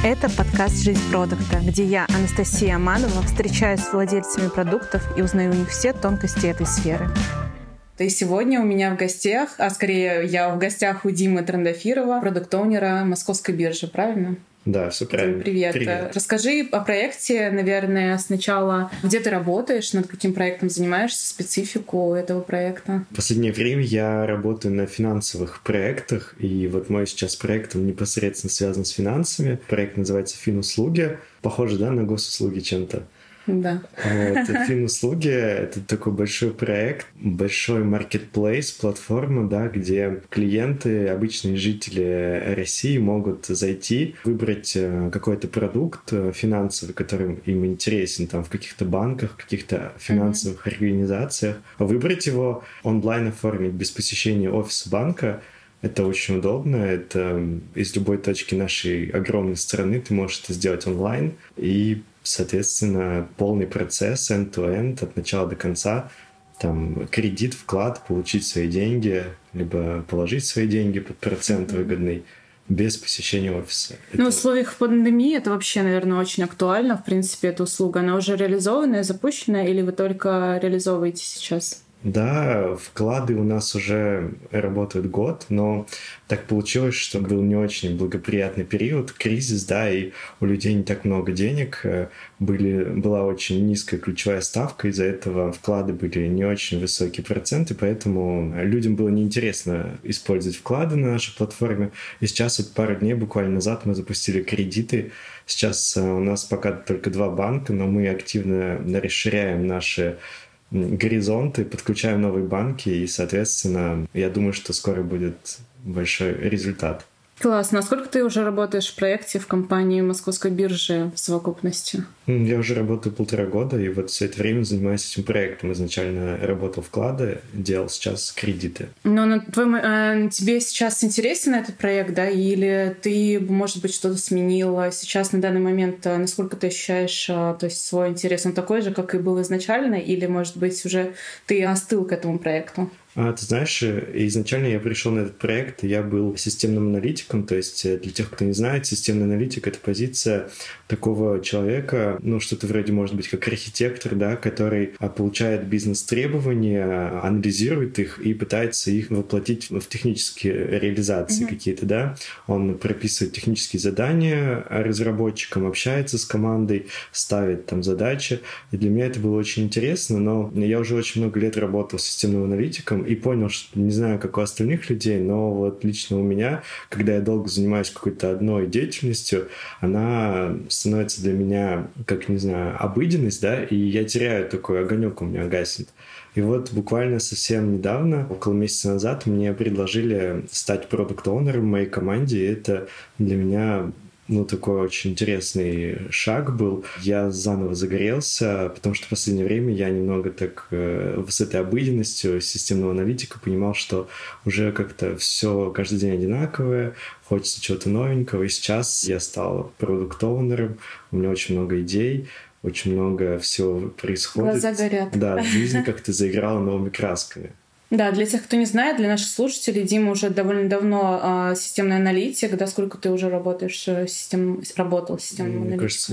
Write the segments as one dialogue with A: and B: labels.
A: Это подкаст «Жизнь продукта», где я, Анастасия Аманова, встречаюсь с владельцами продуктов и узнаю у них все тонкости этой сферы. И сегодня у меня в гостях, а скорее я в гостях у Димы Трандафирова, продукт-оунера Московской биржи, правильно?
B: Да, все правильно.
A: Привет. Расскажи о проекте, наверное, сначала. Где ты работаешь, над каким проектом занимаешься, специфику этого проекта?
B: В последнее время я работаю на финансовых проектах, и вот мой сейчас проект, он непосредственно связан с финансами. Проект называется «Финуслуги». Похоже, да, на госуслуги чем-то?
A: Да.
B: Финуслуги — это такой большой проект, большой маркетплейс, платформа, да, где клиенты, обычные жители России могут зайти, выбрать какой-то продукт финансовый, который им интересен, там, в каких-то банках, в каких-то финансовых организациях, выбрать его, онлайн оформить без посещения офиса банка. Это очень удобно, это из любой точки нашей огромной страны ты можешь это сделать онлайн, и соответственно, полный процесс end-to-end от начала до конца. Там кредит, вклад, получить свои деньги, либо положить свои деньги под процент выгодный, без посещения офиса.
A: В условиях пандемии это вообще, наверное, очень актуально. В принципе, эта услуга, она уже реализованная, запущена, или вы только реализовываете сейчас?
B: Да, вклады у нас уже работают год, но так получилось, что был не очень благоприятный период, кризис, да, и у людей не так много денег, была очень низкая ключевая ставка, из-за этого вклады были не очень высокие проценты, поэтому людям было неинтересно использовать вклады на нашей платформе. И сейчас вот пару дней буквально назад мы запустили кредиты. Сейчас у нас пока только 2 банка, но мы активно расширяем наши горизонты, подключаем новые банки, и, соответственно, я думаю, что скоро будет большой результат.
A: Классно. А сколько ты уже работаешь в проекте в компании Московской биржи в совокупности?
B: Я уже работаю 1,5 года, и вот все это время занимаюсь этим проектом. Изначально работал вклады, делал сейчас кредиты.
A: Но тебе сейчас интересен этот проект, да? Или ты, может быть, что-то сменила сейчас на данный момент? Насколько ты ощущаешь, то есть свой интерес? Он такой же, как и был изначально? Или, может быть, уже ты остыл к этому проекту?
B: Ты знаешь, изначально я пришел на этот проект, я был системным аналитиком, то есть для тех, кто не знает, системный аналитик — это позиция такого человека, что-то вроде, может быть, как архитектор, да, который получает бизнес-требования, анализирует их и пытается их воплотить в технические реализации какие-то, да. Он прописывает технические задания разработчикам, общается с командой, ставит там задачи. И для меня это было очень интересно, но я уже очень много лет работал системным аналитиком, и понял, что не знаю, как у остальных людей, но вот лично у меня, когда я долго занимаюсь какой-то одной деятельностью, она становится для меня, как, не знаю, обыденность, да, и я теряю такой огонек, у меня гаснет. И вот буквально совсем недавно, около месяца назад, мне предложили стать продукт-оунером в моей команде, и это для меня такой очень интересный шаг был. Я заново загорелся, потому что в последнее время я немного так с этой обыденностью системного аналитика понимал, что уже как-то все каждый день одинаковое, хочется чего-то новенького. И сейчас я стал продукт-оунером, у меня очень много идей, очень много всего происходит.
A: Глаза горят.
B: Да, жизнь как-то заиграла новыми красками.
A: Да, для тех, кто не знает, для наших слушателей, Дима уже довольно давно системный аналитик. Да, сколько ты уже работал системным аналитиком?
B: Мне кажется,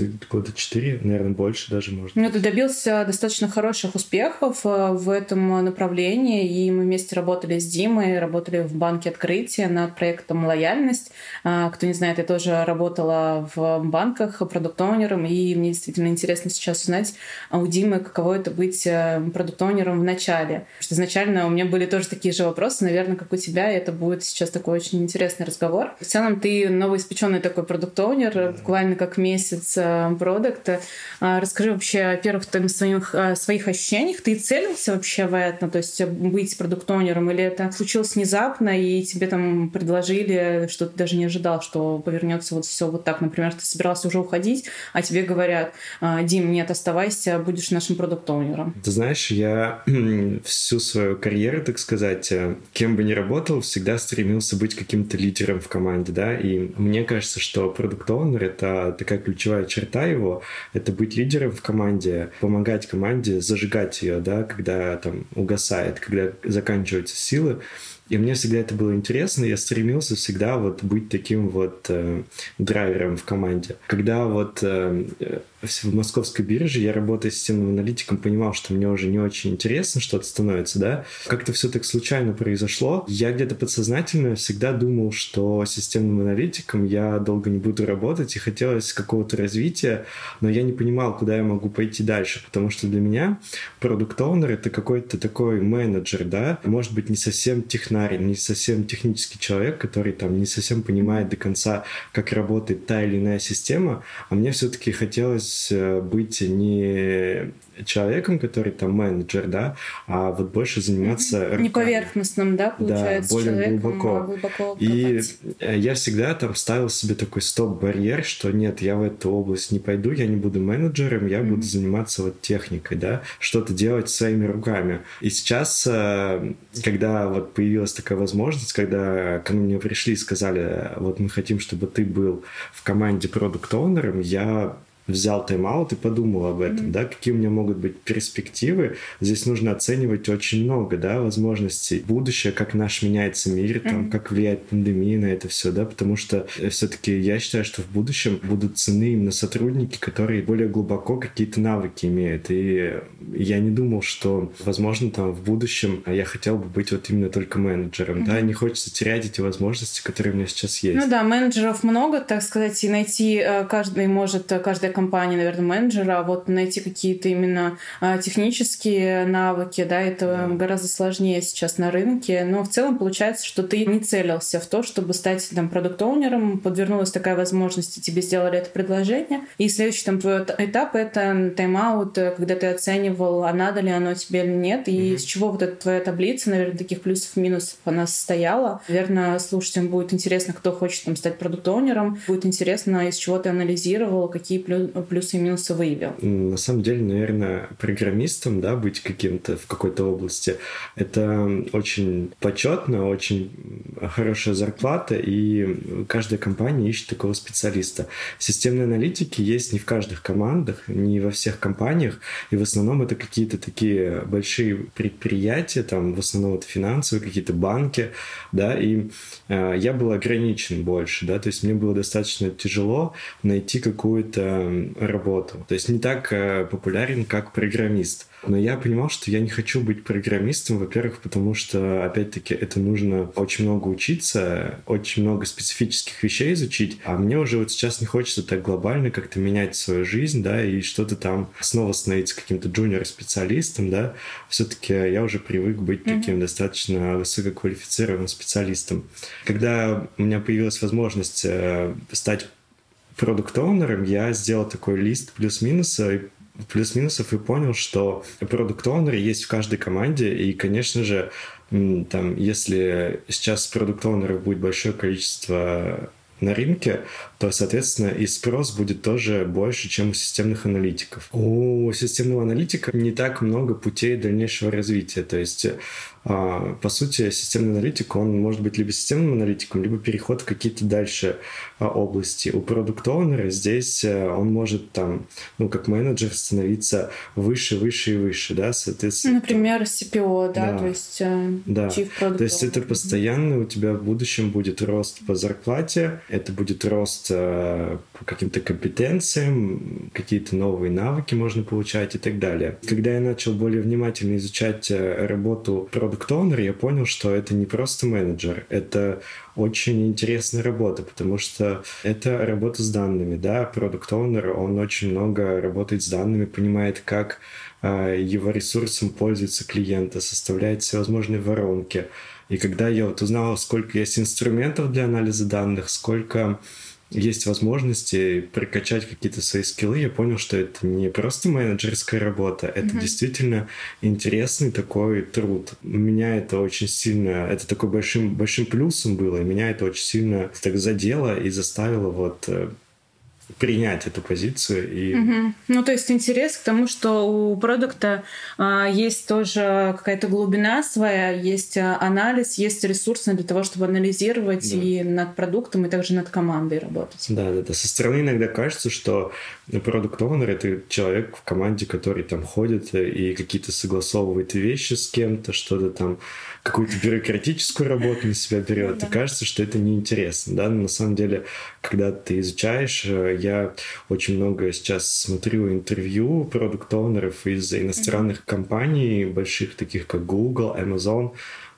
B: 4 года, наверное, больше даже, может.
A: Ты добился достаточно хороших успехов в этом направлении, и мы вместе работали с Димой, работали в банке Открытие над проектом «Лояльность». Кто не знает, я тоже работала в банках продукт-оунером, и мне действительно интересно сейчас узнать у Димы, каково это быть продукт-оунером в начале. Потому что изначально у меня были тоже такие же вопросы, наверное, как у тебя, и это будет сейчас такой очень интересный разговор. В целом, ты новоиспеченный такой продукт-оунер, буквально как месяц продукта. Расскажи вообще, во-первых, о своих ощущениях. Ты целился вообще в это, то есть быть продукт-оунером, или это случилось внезапно, и тебе там предложили, что ты даже не ожидал, что повернется вот все вот так. Например, ты собирался уже уходить, а тебе говорят: Дим, нет, оставайся, будешь нашим продукт-оунером.
B: Ты знаешь, я всю свою карьеру, так сказать, кем бы ни работал, всегда стремился быть каким-то лидером в команде, да, и мне кажется, что продукт-оунер — это такая ключевая черта его, это быть лидером в команде, помогать команде зажигать ее, да, когда там угасает, когда заканчиваются силы. И мне всегда это было интересно, я стремился всегда вот быть таким вот драйвером в команде. Когда вот в московской бирже я, работая системным аналитиком, понимал, что мне уже не очень интересно что-то становится, да. Как-то все так случайно произошло. Я где-то подсознательно всегда думал, что системным аналитиком я долго не буду работать, и хотелось какого-то развития, но я не понимал, куда я могу пойти дальше, потому что для меня продукт-оунер — это какой-то такой менеджер, да, может быть, не совсем технарь, не совсем технический человек, который там не совсем понимает до конца, как работает та или иная система, а мне все-таки хотелось быть не человеком, который там менеджер, да, а вот больше заниматься руками.
A: Не поверхностным, да, получается,
B: да, более
A: человеком,
B: глубоко.
A: А глубоко
B: и
A: копать.
B: я всегда там ставил себе такой стоп-барьер, что нет, я в эту область не пойду, я не буду менеджером, я буду заниматься вот техникой, да, что-то делать своими руками. И сейчас, когда вот появилась такая возможность, когда ко мне пришли и сказали, вот мы хотим, чтобы ты был в команде продукт-оунером, я взял тайм-аут и подумал об этом, да, какие у меня могут быть перспективы. Здесь нужно оценивать очень много, да, возможностей. Будущее, как наш меняется мир, там, как влияет пандемия на это все, да, потому что все-таки я считаю, что в будущем будут ценны именно сотрудники, которые более глубоко какие-то навыки имеют. И я не думал, что, возможно, там в будущем я хотел бы быть вот именно только менеджером, да, не хочется терять эти возможности, которые у меня сейчас есть.
A: Ну да, менеджеров много, так сказать, и найти каждая компания, наверное, менеджера, а вот найти какие-то именно технические навыки, да, это гораздо сложнее сейчас на рынке, но в целом получается, что ты не целился в то, чтобы стать там продукт-оунером, подвернулась такая возможность, и тебе сделали это предложение, и следующий там твой этап — это тайм-аут, когда ты оценивал, а надо ли оно тебе или нет, и из чего вот эта твоя таблица, наверное, таких плюсов-минусов она состояла. Наверное, слушателям будет интересно, кто хочет там стать продукт-оунером, будет интересно, из чего ты анализировал, какие плюсы и минусы выявил.
B: На самом деле, наверное, программистом, да, быть каким-то в какой-то области, это очень почетно, очень хорошая зарплата, и каждая компания ищет такого специалиста. Системные аналитики есть не в каждых командах, не во всех компаниях, и в основном это какие-то такие большие предприятия, там в основном это финансовые, какие-то банки, да, и я был ограничен больше, да, то есть мне было достаточно тяжело найти какую-то работу. То есть не так популярен, как программист. Но я понимал, что я не хочу быть программистом, во-первых, потому что, опять-таки, это нужно очень много учиться, очень много специфических вещей изучить, а мне уже вот сейчас не хочется так глобально как-то менять свою жизнь, да, и что-то там снова становиться каким-то джуниор-специалистом, да. Все-таки я уже привык быть таким достаточно высококвалифицированным специалистом. Когда у меня появилась возможность стать продукт-оунером, я сделал такой лист плюс-минусов и понял, что продукт-оунеры есть в каждой команде, и, конечно же, там, если сейчас продукт-оунеров будет большое количество на рынке, то, соответственно, и спрос будет тоже больше, чем у системных аналитиков. У системного аналитика не так много путей дальнейшего развития. То есть, по сути, системный аналитик, он может быть либо системным аналитиком, либо переход в какие-то дальше области. У продукт-оунера здесь он может там, ну, как менеджер становиться выше, выше и выше, да, соответственно.
A: Например, CPO, да, то есть Chief Product
B: То есть это постоянно у тебя в будущем будет рост по зарплате, это будет рост по каким-то компетенциям, какие-то новые навыки можно получать и так далее. Когда я начал более внимательно изучать работу продукт-оунера, я понял, что это не просто менеджер, это очень интересная работа, потому что это работа с данными, да, продукт-оунер, он очень много работает с данными, понимает, как его ресурсом пользуется клиента, составляет всевозможные воронки. И когда я вот узнал, сколько есть инструментов для анализа данных, сколько есть возможности прокачать какие-то свои скиллы, я понял, что это не просто менеджерская работа, это действительно интересный такой труд. Меня это очень сильно, это такой большим плюсом было, и меня это очень сильно так задело и заставило вот принять эту позицию. И...
A: Ну, то есть интерес к тому, что у продукта есть тоже какая-то глубина своя, есть анализ, есть ресурсы для того, чтобы анализировать и над продуктом, и также над командой работать.
B: Да. Со стороны иногда кажется, что продукт-оунер — это человек в команде, который там ходит и какие-то согласовывает вещи с кем-то, что-то там, какую-то бюрократическую работу на себя берет. И кажется, что это неинтересно. Да? Но на самом деле, когда ты изучаешь, я очень много сейчас смотрю интервью продукт-оунеров из иностранных компаний, больших, таких как Google, Amazon.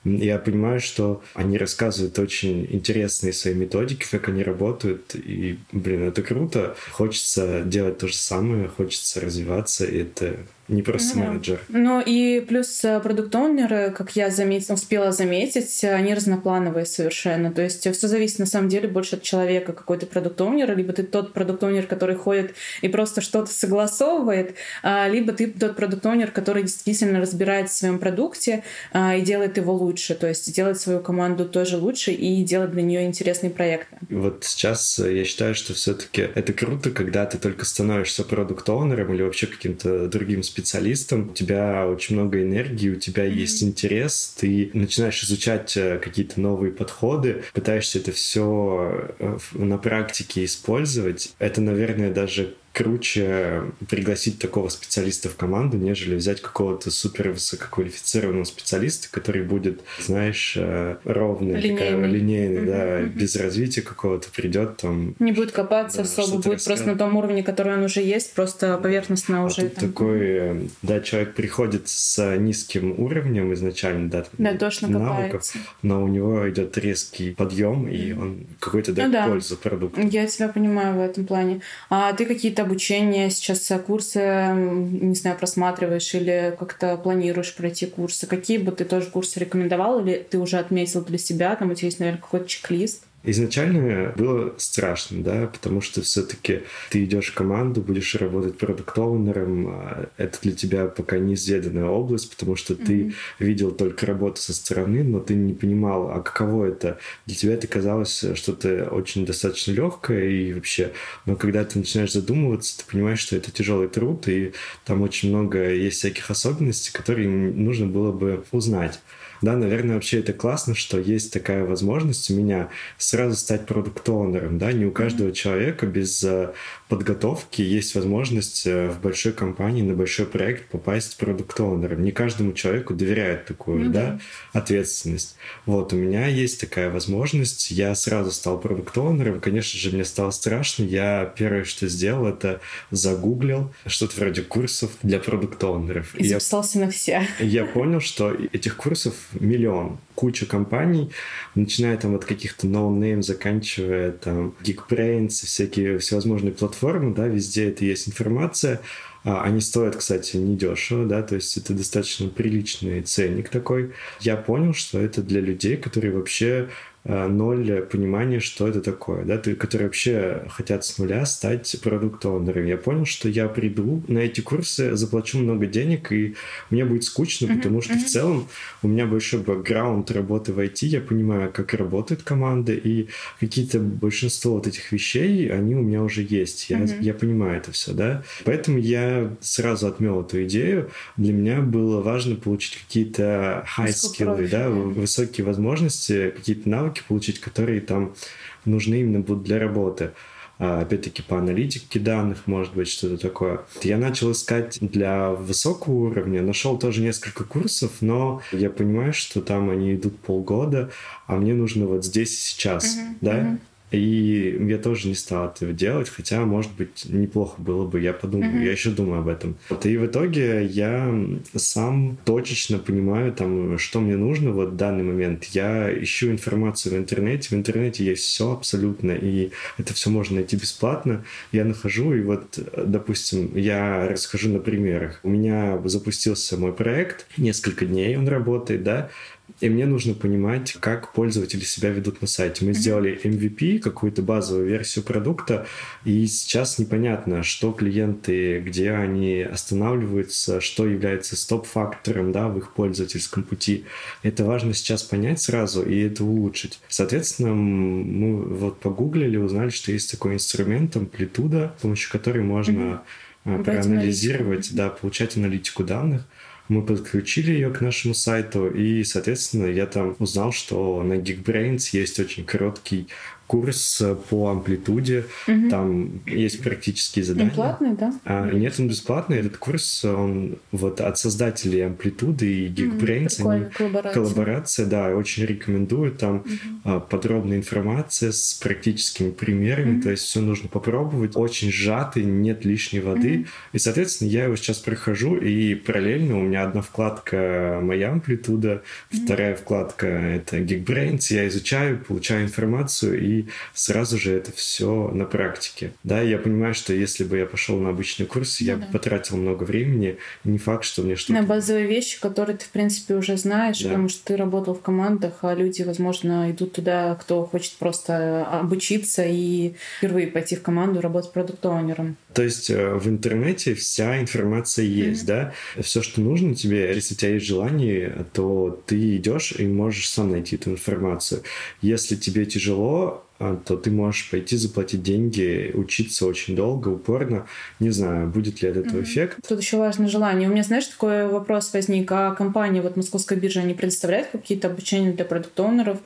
B: Я понимаю, что они рассказывают очень интересные свои методики, как они работают, и, это круто. Хочется делать то же самое, хочется развиваться, и это не просто менеджер.
A: Ну и плюс продукт-оунеры, как я успела заметить, они разноплановые совершенно. То есть все зависит на самом деле больше от человека, какой ты продукт-оунер, либо ты тот продукт-оунер, который ходит и просто что-то согласовывает, либо ты тот продукт-оунер, который действительно разбирается в своем продукте и делает его лучше, то есть делает свою команду тоже лучше и делает для нее интересные проекты.
B: Вот сейчас я считаю, что все-таки это круто, когда ты только становишься продукт-оунером или вообще каким-то другим специалистом, у тебя очень много энергии, у тебя есть интерес, ты начинаешь изучать какие-то новые подходы, пытаешься это все на практике использовать. Это, наверное, даже круче пригласить такого специалиста в команду, нежели взять какого-то супер высококвалифицированного специалиста, который будет, знаешь, ровный, линейный, без развития какого-то придет там.
A: Не будет копаться особо, будет просто на том уровне, который он уже есть, просто поверхностно уже.
B: Тут такой, человек приходит с низким уровнем изначально, навыков, но у него идет резкий подъем, и он какой-то дает пользу продукту.
A: Я тебя понимаю в этом плане. А ты какие-то обучения сейчас, курсы, не знаю, просматриваешь или как-то планируешь пройти курсы? Какие бы ты тоже курсы рекомендовал или ты уже отметил для себя? Там у тебя есть, наверное, какой-то чек-лист?
B: Изначально было страшно, потому что все-таки ты идешь в команду, будешь работать продукт-оунером, это для тебя пока неизведанная область, потому что ты видел только работу со стороны, но ты не понимал, а каково это. Для тебя это казалось что-то очень достаточно легкое и вообще, но когда ты начинаешь задумываться, ты понимаешь, что это тяжелый труд, и там очень много есть всяких особенностей, которые нужно было бы узнать. Да, наверное, вообще это классно, что есть такая возможность у меня сразу стать продукт-оунером. Да? Не у каждого человека без подготовки есть возможность в большой компании на большой проект попасть продукт-оунером. Не каждому человеку доверяют такую ответственность. Вот, у меня есть такая возможность. Я сразу стал продукт-оунером. Конечно же, мне стало страшно. Я первое, что сделал, это загуглил что-то вроде курсов для продукт-оунеров.
A: И записался на все.
B: Я понял, что этих курсов миллион. Куча компаний, начиная там от каких-то no-name, заканчивая там Geekbrains, всякие всевозможные платформы, везде это есть информация. Они стоят, кстати, недешево, то есть это достаточно приличный ценник такой. Я понял, что это для людей, которые вообще ноль понимания, что это такое, которые вообще хотят с нуля стать продукт-оунером. Я понял, что я приду на эти курсы, заплачу много денег, и мне будет скучно, потому что в целом у меня большой бэкграунд работы в IT, я понимаю, как работает команда, и какие-то большинство вот этих вещей, они у меня уже есть. Я понимаю это все, Поэтому я сразу отмел эту идею. Для меня было важно получить какие-то high-скиллы, высокие возможности, какие-то навыки получить, которые там нужны именно будут для работы. Опять-таки по аналитике данных, может быть, что-то такое. Я начал искать для высокого уровня, нашел тоже несколько курсов, но я понимаю, что там они идут полгода, а мне нужно вот здесь и сейчас, И я тоже не стал этого делать, хотя, может быть, неплохо было бы, я подумаю, я еще думаю об этом. И в итоге я сам точечно понимаю, что мне нужно в данный момент. Я ищу информацию в интернете. В интернете есть все абсолютно, и это все можно найти бесплатно. Я нахожу, и допустим, я расскажу на примерах. У меня запустился мой проект, несколько дней он работает, и мне нужно понимать, как пользователи себя ведут на сайте. Мы сделали MVP, какую-то базовую версию продукта, и сейчас непонятно, что клиенты, где они останавливаются, что является стоп-фактором, да, в их пользовательском пути. Это важно сейчас понять сразу и это улучшить. Соответственно, мы вот погуглили, узнали, что есть такой инструмент амплитуда, с помощью которой можно проанализировать, да, получать аналитику данных. Мы подключили ее к нашему сайту, и, соответственно, я там узнал, что на Geekbrains есть очень короткий курс по амплитуде. Там есть практические задания.
A: Он платный, да?
B: Нет, он бесплатный. Этот курс, он вот от создателей амплитуды и Geekbrains. Коллаборация, да, очень рекомендую. Там подробная информация с практическими примерами, то есть все нужно попробовать. Очень сжатый, нет лишней воды. И, соответственно, я его сейчас прохожу, и параллельно у меня одна вкладка «Моя амплитуда», вторая вкладка — это Geekbrains. Я изучаю, получаю информацию, и сразу же это все на практике. Да, я понимаю, что если бы я пошел на обычный курс, я бы потратил много времени. Не факт, что мне что-то...
A: На базовые вещи, которые ты, в принципе, уже знаешь, потому что ты работал в командах, а люди, возможно, идут туда, кто хочет просто обучиться и впервые пойти в команду, работать продукт-оунером.
B: То есть в интернете вся информация есть, да? Все, что нужно тебе, если у тебя есть желание, то ты идешь и можешь сам найти эту информацию. Если тебе тяжело, то ты можешь пойти заплатить деньги, учиться очень долго, упорно. Не знаю, будет ли от этого эффект.
A: Тут еще важно желание. У меня, знаешь, такой вопрос возник. А компания, вот Московская биржа, они предоставляют какие-то обучения для продукт-оунеров?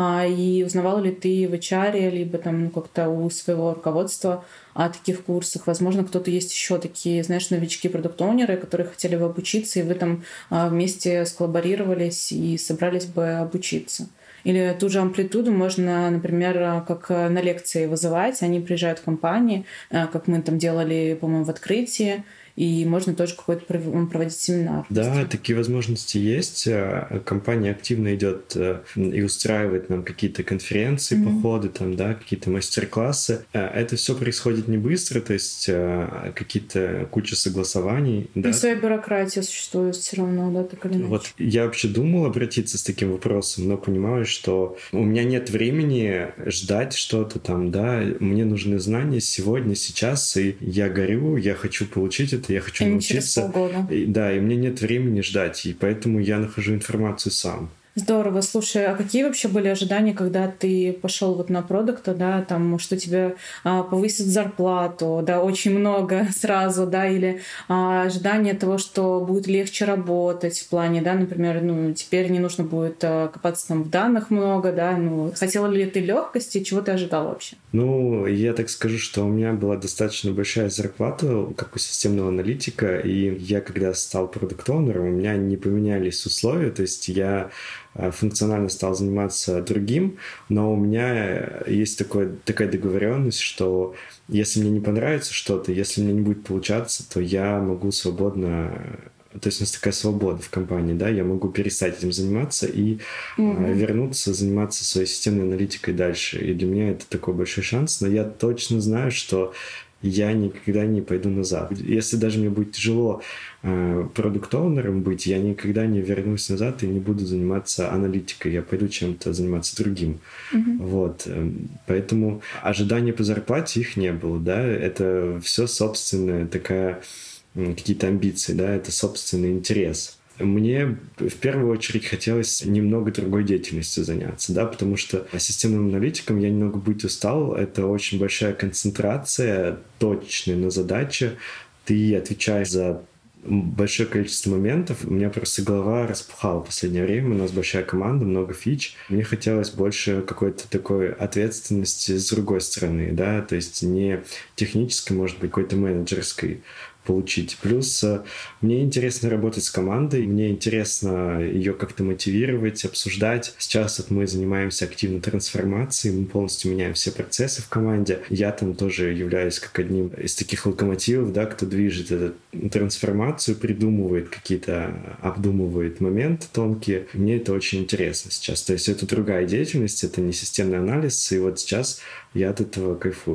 A: И узнавал ли ты в HR, либо там как-то у своего руководства о таких курсах? Возможно, кто-то есть еще такие, знаешь, новички-продукт-оунеры, которые хотели бы обучиться, и вы там вместе сколлаборировались и собрались бы обучиться. Или ту же амплитуду можно, например, как на лекции вызывать. Они приезжают в компании, как мы там делали, по-моему, в открытии, и можно тоже какой-то проводить семинар.
B: Да, такие возможности есть. Компания активно идет и устраивает нам какие-то конференции, походы, там, да, какие-то мастер-классы. Это все происходит не быстро, то есть какие-то куча согласований.
A: Да? И своя бюрократия существует все равно, да, так или иначе.
B: Вот я вообще думал обратиться с таким вопросом, но понимаю, что у меня нет времени ждать что-то там, да, мне нужны знания сегодня, сейчас, и я горю, я хочу получить это, я хочу научиться.
A: Через полгода.
B: Да, и мне нет времени ждать, и поэтому я нахожу информацию сам.
A: Здорово. Слушай, а какие вообще были ожидания, когда ты пошел вот на продукта, да, там, что тебе повысят зарплату, да, очень много сразу, да, или ожидание того, что будет легче работать в плане, да, например, ну, теперь не нужно будет копаться там в данных много, да, ну, хотела ли ты легкости, чего ты ожидал вообще?
B: Ну, я так скажу, что у меня была достаточно большая зарплата, как у системного аналитика, и я, когда стал продукт-оунером, у меня не поменялись условия, то есть я функционально стал заниматься другим, но у меня есть такая договоренность, что если мне не понравится что-то, если мне не будет получаться, то я могу свободно... То есть у нас такая свобода в компании, да, я могу перестать этим заниматься и вернуться, заниматься своей системной аналитикой дальше. И для меня это такой большой шанс, но я точно знаю, что я никогда не пойду назад. Если даже мне будет тяжело продукт-оунером быть, я никогда не вернусь назад и не буду заниматься аналитикой. Я пойду чем-то заниматься другим. Вот. Поэтому ожидания по зарплате их не было, да. Это все собственная такая... какие-то амбиции, да, это собственный интерес. Мне в первую очередь хотелось немного другой деятельностью заняться, да, потому что системным аналитиком я немного быть устал. Это очень большая концентрация, точная на задаче. Ты отвечаешь за большое количество моментов. У меня просто голова распухала в последнее время. У нас большая команда, много фич. Мне хотелось больше какой-то такой ответственности с другой стороны, да, то есть не технической, может быть, какой-то менеджерской получить. Плюс мне интересно работать с командой, мне интересно ее как-то мотивировать, обсуждать. Сейчас вот мы занимаемся активно трансформацией, мы полностью меняем все процессы в команде. Я там тоже являюсь как одним из таких локомотивов, да, кто движет эту трансформацию, придумывает какие-то, обдумывает моменты тонкие. Мне это очень интересно сейчас. То есть это другая деятельность, это не системный анализ, и вот сейчас я от этого кайфую.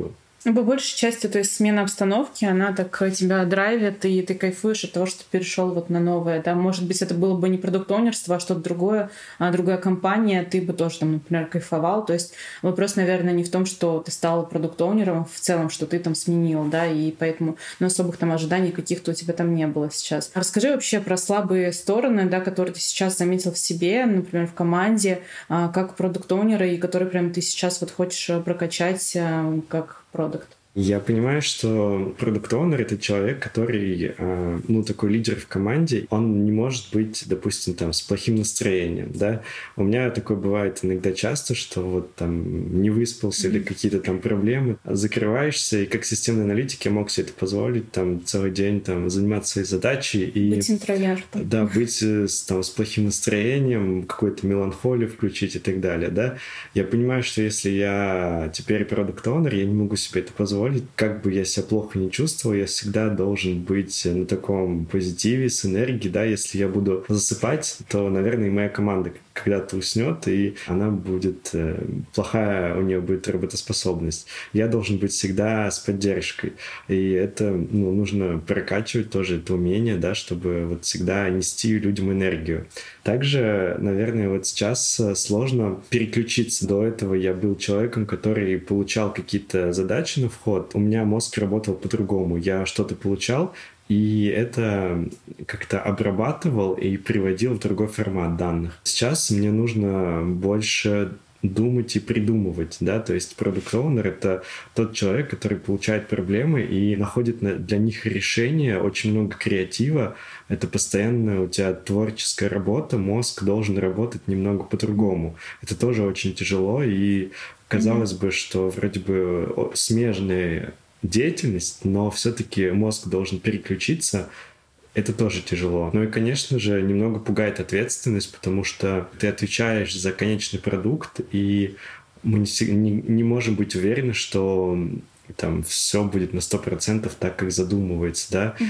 A: По большей части, то есть смена обстановки, она так тебя драйвит, и ты кайфуешь от того, что ты перешел вот на новое. Да? Может быть, это было бы не продукт-оунерство, а что-то другое, другая компания, ты бы тоже там, например, кайфовал. То есть вопрос, наверное, не в том, что ты стал продукт-оунером в целом, что ты там сменил, да, и поэтому особых там ожиданий каких-то у тебя там не было сейчас. Расскажи вообще про слабые стороны, да, которые ты сейчас заметил в себе, например, в команде, как продукт-оунера, и которые прям ты сейчас вот хочешь прокачать как продукт.
B: Я понимаю, что продукт-оунер — это человек, который, такой лидер в команде. Он не может быть, допустим, там, с плохим настроением, да. У меня такое бывает иногда часто, что вот там не выспался или какие-то там проблемы. Закрываешься, и как системный аналитик я мог себе это позволить, там, целый день там заниматься своей задачей. И,
A: быть интровертом.
B: Да, быть там, с плохим настроением, какую-то меланхолию включить и так далее, да. Я понимаю, что если я теперь продукт-оунер, я не могу себе это позволить. Как бы я себя плохо не чувствовал, я всегда должен быть на таком позитиве, с энергией, да, если я буду засыпать, то, наверное, и моя команда когда-то уснет, и она будет плохая, у нее будет работоспособность. Я должен быть всегда с поддержкой, и это, нужно прокачивать тоже это умение, да, чтобы вот всегда нести людям энергию. Также, наверное, вот сейчас сложно переключиться. До этого я был человеком, который получал какие-то задачи на вход. У меня мозг работал по-другому. Я что-то получал, и это как-то обрабатывал и приводил в другой формат данных. Сейчас мне нужно больше думать и придумывать, да, то есть продукт-оунер — это тот человек, который получает проблемы и находит для них решение, очень много креатива, это постоянно у тебя творческая работа, мозг должен работать немного по-другому. Это тоже очень тяжело, и казалось бы, что вроде бы смежная деятельность, но все-таки мозг должен переключиться. Это тоже тяжело. Ну и, конечно же, немного пугает ответственность, потому что ты отвечаешь за конечный продукт, и мы не можем быть уверены, что там все будет на 100% так, как задумывается,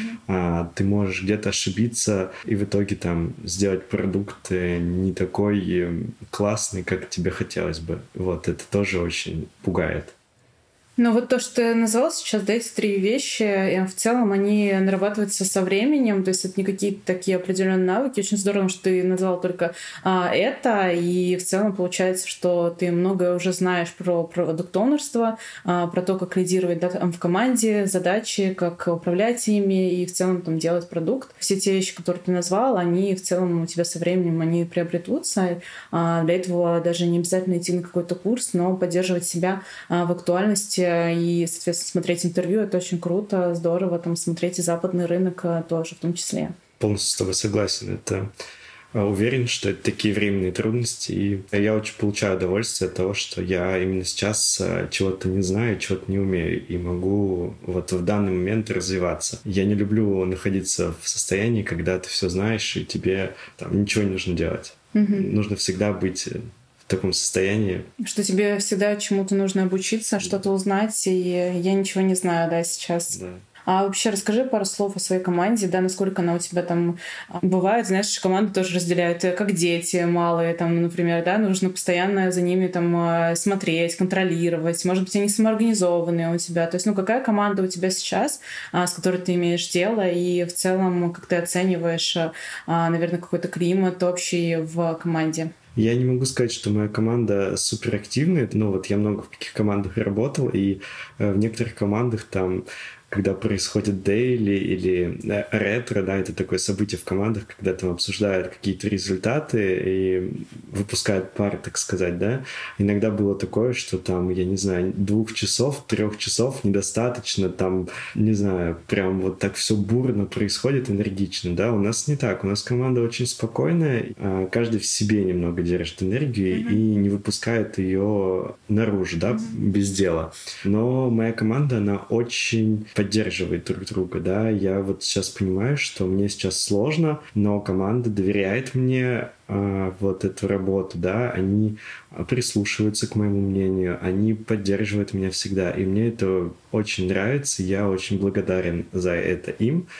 B: да. Ты можешь где-то ошибиться и в итоге там сделать продукт не такой классный, как тебе хотелось бы. Вот, это тоже очень пугает.
A: Ну вот то, что ты назвал сейчас, да, эти три вещи, и в целом они нарабатываются со временем, то есть это не какие-то такие определенные навыки. Очень здорово, что ты назвал только это, и в целом получается, что ты многое уже знаешь про продукт-оунерство, про то, как лидировать, да, в команде, задачи, как управлять ими и в целом там делать продукт. Все те вещи, которые ты назвал, они в целом у тебя со временем они приобретутся. Для этого даже не обязательно идти на какой-то курс, но поддерживать себя в актуальности и, соответственно, смотреть интервью — это очень круто, здорово, там смотреть и западный рынок тоже в том числе.
B: Полностью с тобой согласен. Это уверен, что это такие временные трудности, и я очень получаю удовольствие от того, что я именно сейчас чего-то не знаю, чего-то не умею, и могу вот в данный момент развиваться. Я не люблю находиться в состоянии, когда ты все знаешь, и тебе там ничего не нужно делать. Нужно всегда быть в таком состоянии.
A: Что тебе всегда чему-то нужно обучиться, что-то узнать, и я ничего не знаю, да, сейчас.
B: Да.
A: А вообще расскажи пару слов о своей команде, да, насколько она у тебя там бывает. Знаешь, команду тоже разделяют, как дети малые, там, например, да, нужно постоянно за ними там смотреть, контролировать. Может быть, они самоорганизованные у тебя. То есть, какая команда у тебя сейчас, с которой ты имеешь дело, и в целом, как ты оцениваешь, наверное, какой-то климат общий в команде?
B: Я не могу сказать, что моя команда суперактивная, но вот я много в каких командах работал, и в некоторых командах там, когда происходит дейли или ретро, да, это такое событие в командах, когда там обсуждают какие-то результаты и выпускают пар, так сказать, да. Иногда было такое, что там, я не знаю, 2 часов, 3 часов недостаточно, там, не знаю, прям вот так все бурно происходит, энергично, да. У нас не так, у нас команда очень спокойная, каждый в себе немного держит энергию и не выпускает ее наружу, да, без дела. Но моя команда, она очень поддерживает друг друга, да. Я вот сейчас понимаю, что мне сейчас сложно, но команда доверяет мне вот эту работу, да, они прислушиваются к моему мнению, они поддерживают меня всегда, и мне это очень нравится, я очень благодарен за это им.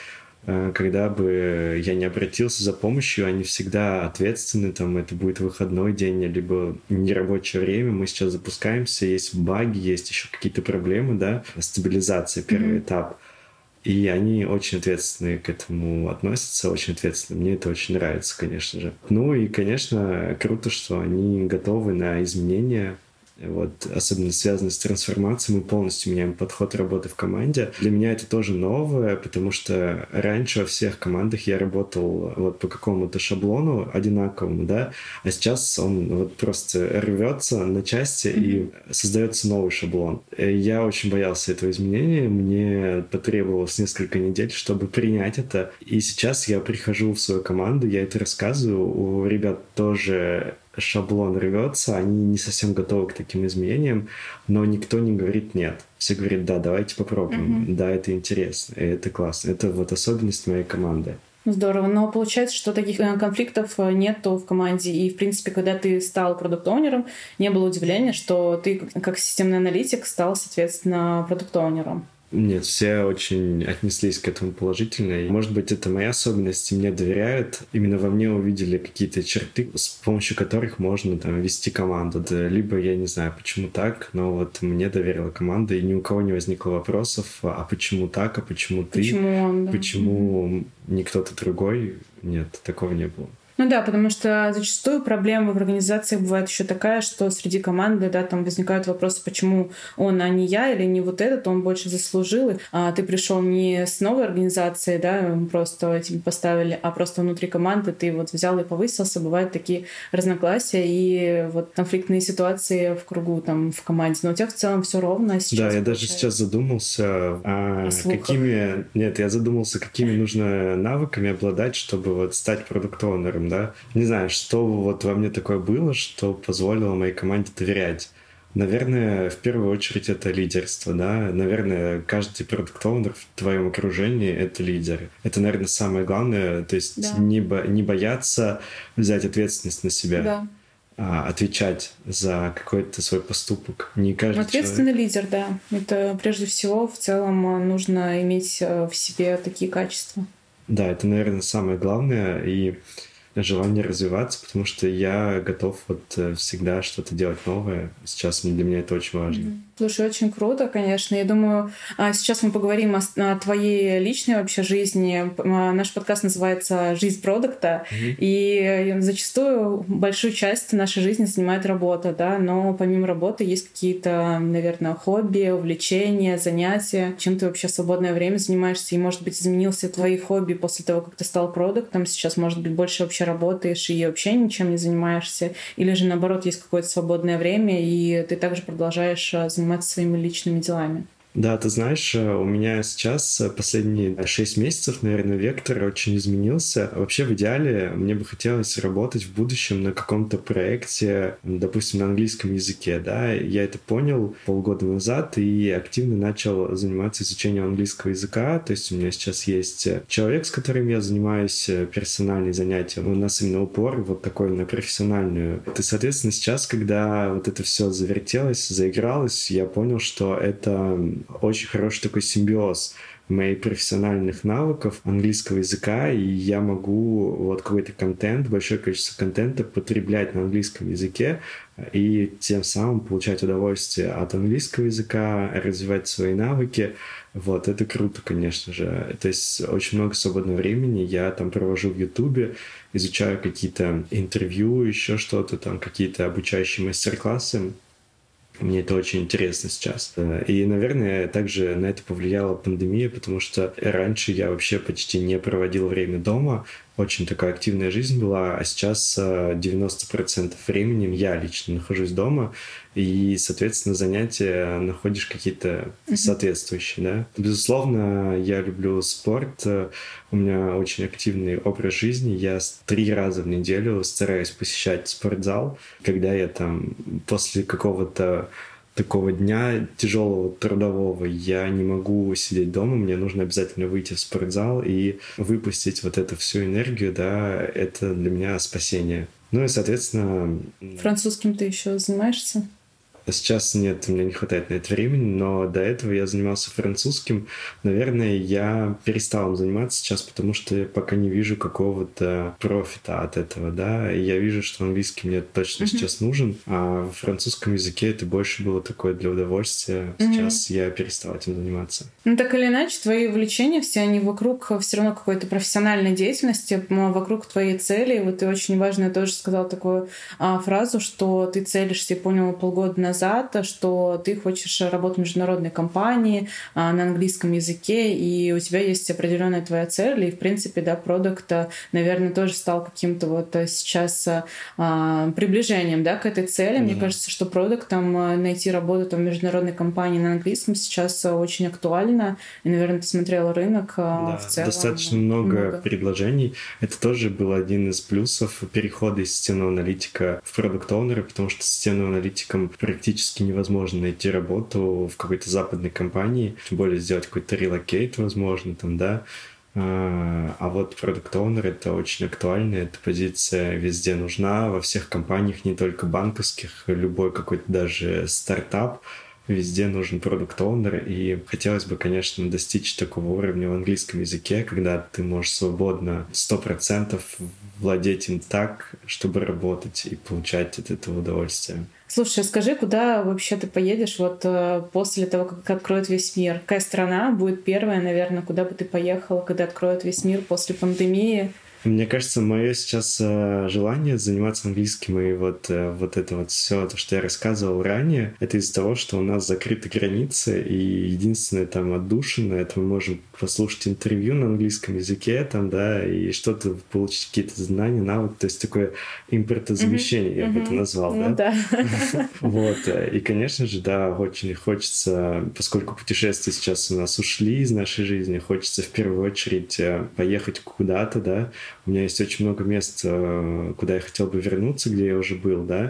B: когда бы я не обратился за помощью, они всегда ответственны, там, это будет выходной день, либо нерабочее время, мы сейчас запускаемся, есть баги, есть еще какие-то проблемы, да, стабилизация, первый этап. И они очень ответственно к этому относятся, очень ответственно. Мне это очень нравится, конечно же. Ну и, конечно, круто, что они готовы на изменения, вот, особенно связанные с трансформацией. Мы полностью меняем подход работы в команде. Для меня это тоже новое, потому что раньше во всех командах я работал вот по какому-то шаблону одинаковому, да, а сейчас он вот просто рвется на части и создается новый шаблон. Я очень боялся этого изменения, мне потребовалось несколько недель, чтобы принять это. И сейчас я прихожу в свою команду, я это рассказываю, у ребят тоже шаблон рвется, они не совсем готовы к таким изменениям, но никто не говорит нет. Все говорят, да, давайте попробуем, да, это интересно, и это классно. Это вот особенность моей команды.
A: Здорово. Но получается, что таких конфликтов нету в команде. И, в принципе, когда ты стал продукт-оунером, не было удивления, что ты, как системный аналитик, стал, соответственно, продукт-оунером.
B: Нет, все очень отнеслись к этому положительно. И, может быть, это моя особенность, и мне доверяют. Именно во мне увидели какие-то черты, с помощью которых можно там вести команду. Да, либо я не знаю, почему так, но вот мне доверила команда, и ни у кого не возникло вопросов, а почему так, а почему ты?
A: Почему он, да.
B: Почему не кто-то другой? Нет, такого не было.
A: Ну да, потому что зачастую проблема в организациях бывает еще такая, что среди команды, да, там возникают вопросы, почему он, а не я, или не вот этот, он больше заслужил, а ты пришел не с новой организации, да, просто тебе поставили, а просто внутри команды ты вот взял и повысился. Бывают такие разногласия и вот конфликтные ситуации в кругу, там, в команде. Но у тебя в целом все ровно сейчас.
B: Да, я даже сейчас задумался, я задумался, какими нужно навыками обладать, чтобы вот стать продукт-оунером. Да? Не знаю, что вот во мне такое было, что позволило моей команде доверять. Наверное, в первую очередь это лидерство, да. Наверное, каждый продукт-оунер в твоем окружении — это лидер. Это, наверное, самое главное. То есть не бояться взять ответственность на себя. Да. Отвечать за какой-то свой поступок. Не каждый
A: ответственный лидер, да. Это прежде всего в целом нужно иметь в себе такие качества.
B: Да, это, наверное, самое главное. И желание развиваться, потому что я готов вот всегда что-то делать новое. Сейчас для меня это очень важно.
A: Слушай, очень круто, конечно. Я думаю, сейчас мы поговорим о твоей личной вообще жизни. Наш подкаст называется «Жизнь продукта», и зачастую большую часть нашей жизни занимает работа, да, но помимо работы есть какие-то, наверное, хобби, увлечения, занятия. Чем ты вообще в свободное время занимаешься? И, может быть, изменился твои хобби после того, как ты стал продуктом? Сейчас, может быть, больше вообще работаешь и вообще ничем не занимаешься? Или же, наоборот, есть какое-то свободное время, и ты также продолжаешь заниматься своими личными делами?
B: Да, ты знаешь, у меня сейчас последние 6 месяцев, наверное, вектор очень изменился. Вообще, в идеале, мне бы хотелось работать в будущем на каком-то проекте, допустим, на английском языке, да. Я это понял полгода назад и активно начал заниматься изучением английского языка. То есть у меня сейчас есть человек, с которым я занимаюсь, персональные занятия. У нас именно упор вот такой на профессиональную. И, соответственно, сейчас, когда вот это все завертелось, заигралось, я понял, что это очень хороший такой симбиоз моих профессиональных навыков английского языка, и я могу вот какой-то контент, большое количество контента потреблять на английском языке и тем самым получать удовольствие от английского языка, развивать свои навыки. Вот, это круто, конечно же. То есть очень много свободного времени я там провожу в Ютубе, изучаю какие-то интервью, еще что-то, там какие-то обучающие мастер-классы. Мне это очень интересно сейчас. И, наверное, также на это повлияла пандемия, потому что раньше я вообще почти не проводил время дома. Очень такая активная жизнь была, а сейчас 90% времени я лично нахожусь дома, и, соответственно, занятия находишь какие-то соответствующие, да. Безусловно, я люблю спорт, у меня очень активный образ жизни, я 3 раза в неделю стараюсь посещать спортзал, когда я там после какого-то такого дня тяжелого трудового я не могу сидеть дома, мне нужно обязательно выйти в спортзал и выпустить вот эту всю энергию, да, это для меня спасение. Ну и, соответственно...
A: Французским ты еще занимаешься?
B: Сейчас нет, у меня не хватает на это времени, но до этого я занимался французским. Наверное, я перестал им заниматься сейчас, потому что я пока не вижу какого-то профита от этого, да. И я вижу, что английский мне точно сейчас нужен, а в французском языке это больше было такое для удовольствия. Сейчас я перестал этим заниматься.
A: Ну, так или иначе, твои увлечения все, они вокруг все равно какой-то профессиональной деятельности, вокруг твоей цели. Вот ты очень важно тоже сказал такую фразу, что ты целишься и понял полгода назад, что ты хочешь работать в международной компании на английском языке, и у тебя есть определенная твоя цель, и, в принципе, да, продукт, наверное, тоже стал каким-то вот сейчас приближением, да, к этой цели. Мне кажется, что продуктом найти работу там, в международной компании на английском сейчас очень актуально, и, наверное, ты смотрел рынок в целом.
B: Достаточно много предложений. Это тоже был один из плюсов перехода из системного аналитика в продукт-оунера, потому что системным аналитиком практически невозможно найти работу в какой-то западной компании, тем более сделать какой-то релокейт, возможно, там, да. А вот продукт-оунер — это очень актуально, эта позиция везде нужна, во всех компаниях, не только банковских, любой какой-то даже стартап, везде нужен продукт-оунер, и хотелось бы, конечно, достичь такого уровня в английском языке, когда ты можешь свободно 100% владеть им так, чтобы работать и получать от этого удовольствие.
A: Слушай, скажи, куда вообще ты поедешь вот после того, как откроют весь мир? Какая страна будет первая, наверное, куда бы ты поехала, когда откроют весь мир после пандемии?
B: Мне кажется, мое сейчас желание заниматься английским и вот это вот все, то, что я рассказывал ранее, это из-за того, что у нас закрыты границы, и единственное там отдушина, это мы можем послушать интервью на английском языке, там, да, и что-то получить, какие-то знания, навыки, то есть такое импортозамещение, я бы это назвал, да? Вот, и, конечно же, да, очень хочется, поскольку путешествия сейчас у нас ушли из нашей жизни, хочется в первую очередь поехать куда-то, да. У меня есть очень много мест, куда я хотел бы вернуться, где я уже был, да,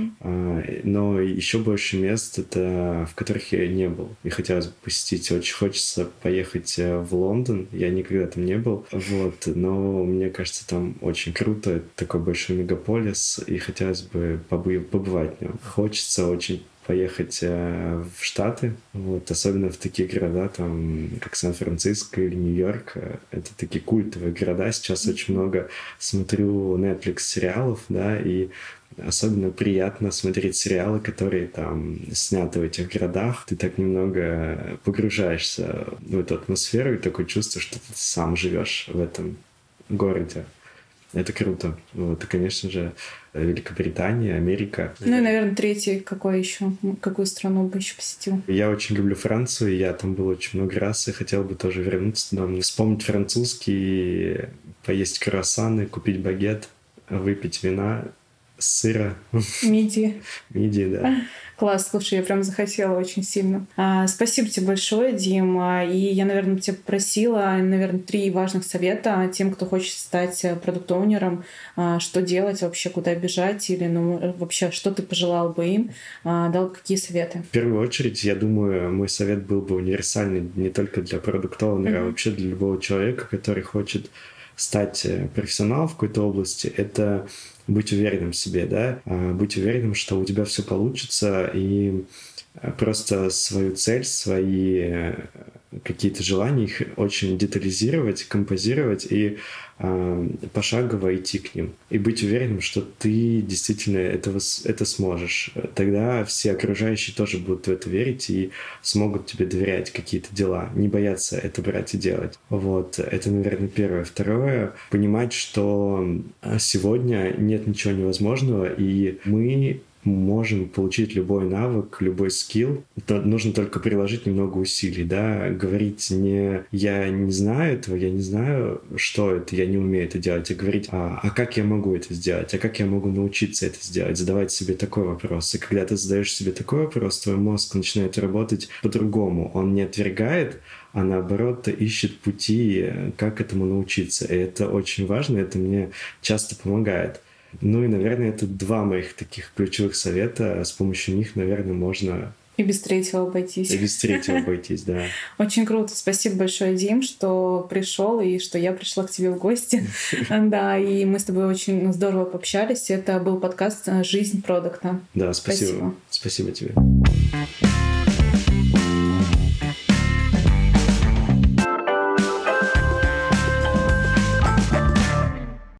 B: но еще больше мест, это в которых я не был, и хотелось бы посетить. Очень хочется поехать в Лондон, я никогда там не был, вот, но мне кажется, там очень круто, это такой большой мегаполис, и хотелось бы побывать в нем. Хочется очень поехать в Штаты, вот, особенно в такие города, там, как Сан-Франциско или Нью-Йорк. Это такие культовые города. Сейчас очень много смотрю Netflix сериалов, да, и особенно приятно смотреть сериалы, которые там сняты в этих городах. Ты так немного погружаешься в эту атмосферу и такое чувство, что ты сам живешь в этом городе. Это круто. Вот, и, конечно же, Великобритания, Америка.
A: Ну и, наверное, третий какой еще? Какую страну бы еще посетил?
B: Я очень люблю Францию, я там был очень много раз и хотел бы тоже вернуться туда, вспомнить французский, поесть круассаны, купить багет, выпить вина, сыра.
A: Мидии.
B: Мидии, да.
A: Класс, слушай, я прям захотела очень сильно. Спасибо тебе большое, Дим. И я, наверное, тебя попросила, наверное, 3 важных совета тем, кто хочет стать продукт-оунером, что делать вообще, куда бежать, или вообще, что ты пожелал бы им, дал бы какие советы?
B: В первую очередь, я думаю, мой совет был бы универсальный не только для продукт-оунера, а вообще для любого человека, который хочет стать профессионалом в какой-то области. Это быть уверенным в себе, да, быть уверенным, что у тебя все получится, и просто свою цель, свои какие-то желания, их очень детализировать, композировать и пошагово идти к ним. И быть уверенным, что ты действительно это сможешь. Тогда все окружающие тоже будут в это верить и смогут тебе доверять какие-то дела. Не бояться это брать и делать. Вот. Это, наверное, первое. Второе. Понимать, что сегодня нет ничего невозможного, и мы можем получить любой навык, любой скилл. Нужно только приложить немного усилий, да, говорить не «я не знаю этого, я не знаю, что это, я не умею это делать», а говорить «а как я могу это сделать, а как я могу научиться это сделать», задавать себе такой вопрос. И когда ты задаешь себе такой вопрос, твой мозг начинает работать по-другому. Он не отвергает, а наоборот ищет пути, как этому научиться. И это очень важно, это мне часто помогает. Ну и, наверное, это 2 моих таких ключевых совета. С помощью них, наверное, можно
A: И без третьего обойтись.
B: И без третьего обойтись, да.
A: Очень круто. Спасибо большое, Дим, что пришел и что я пришла к тебе в гости. Да, и мы с тобой очень здорово пообщались. Это был подкаст «Жизнь продукта».
B: Да, спасибо. Спасибо тебе.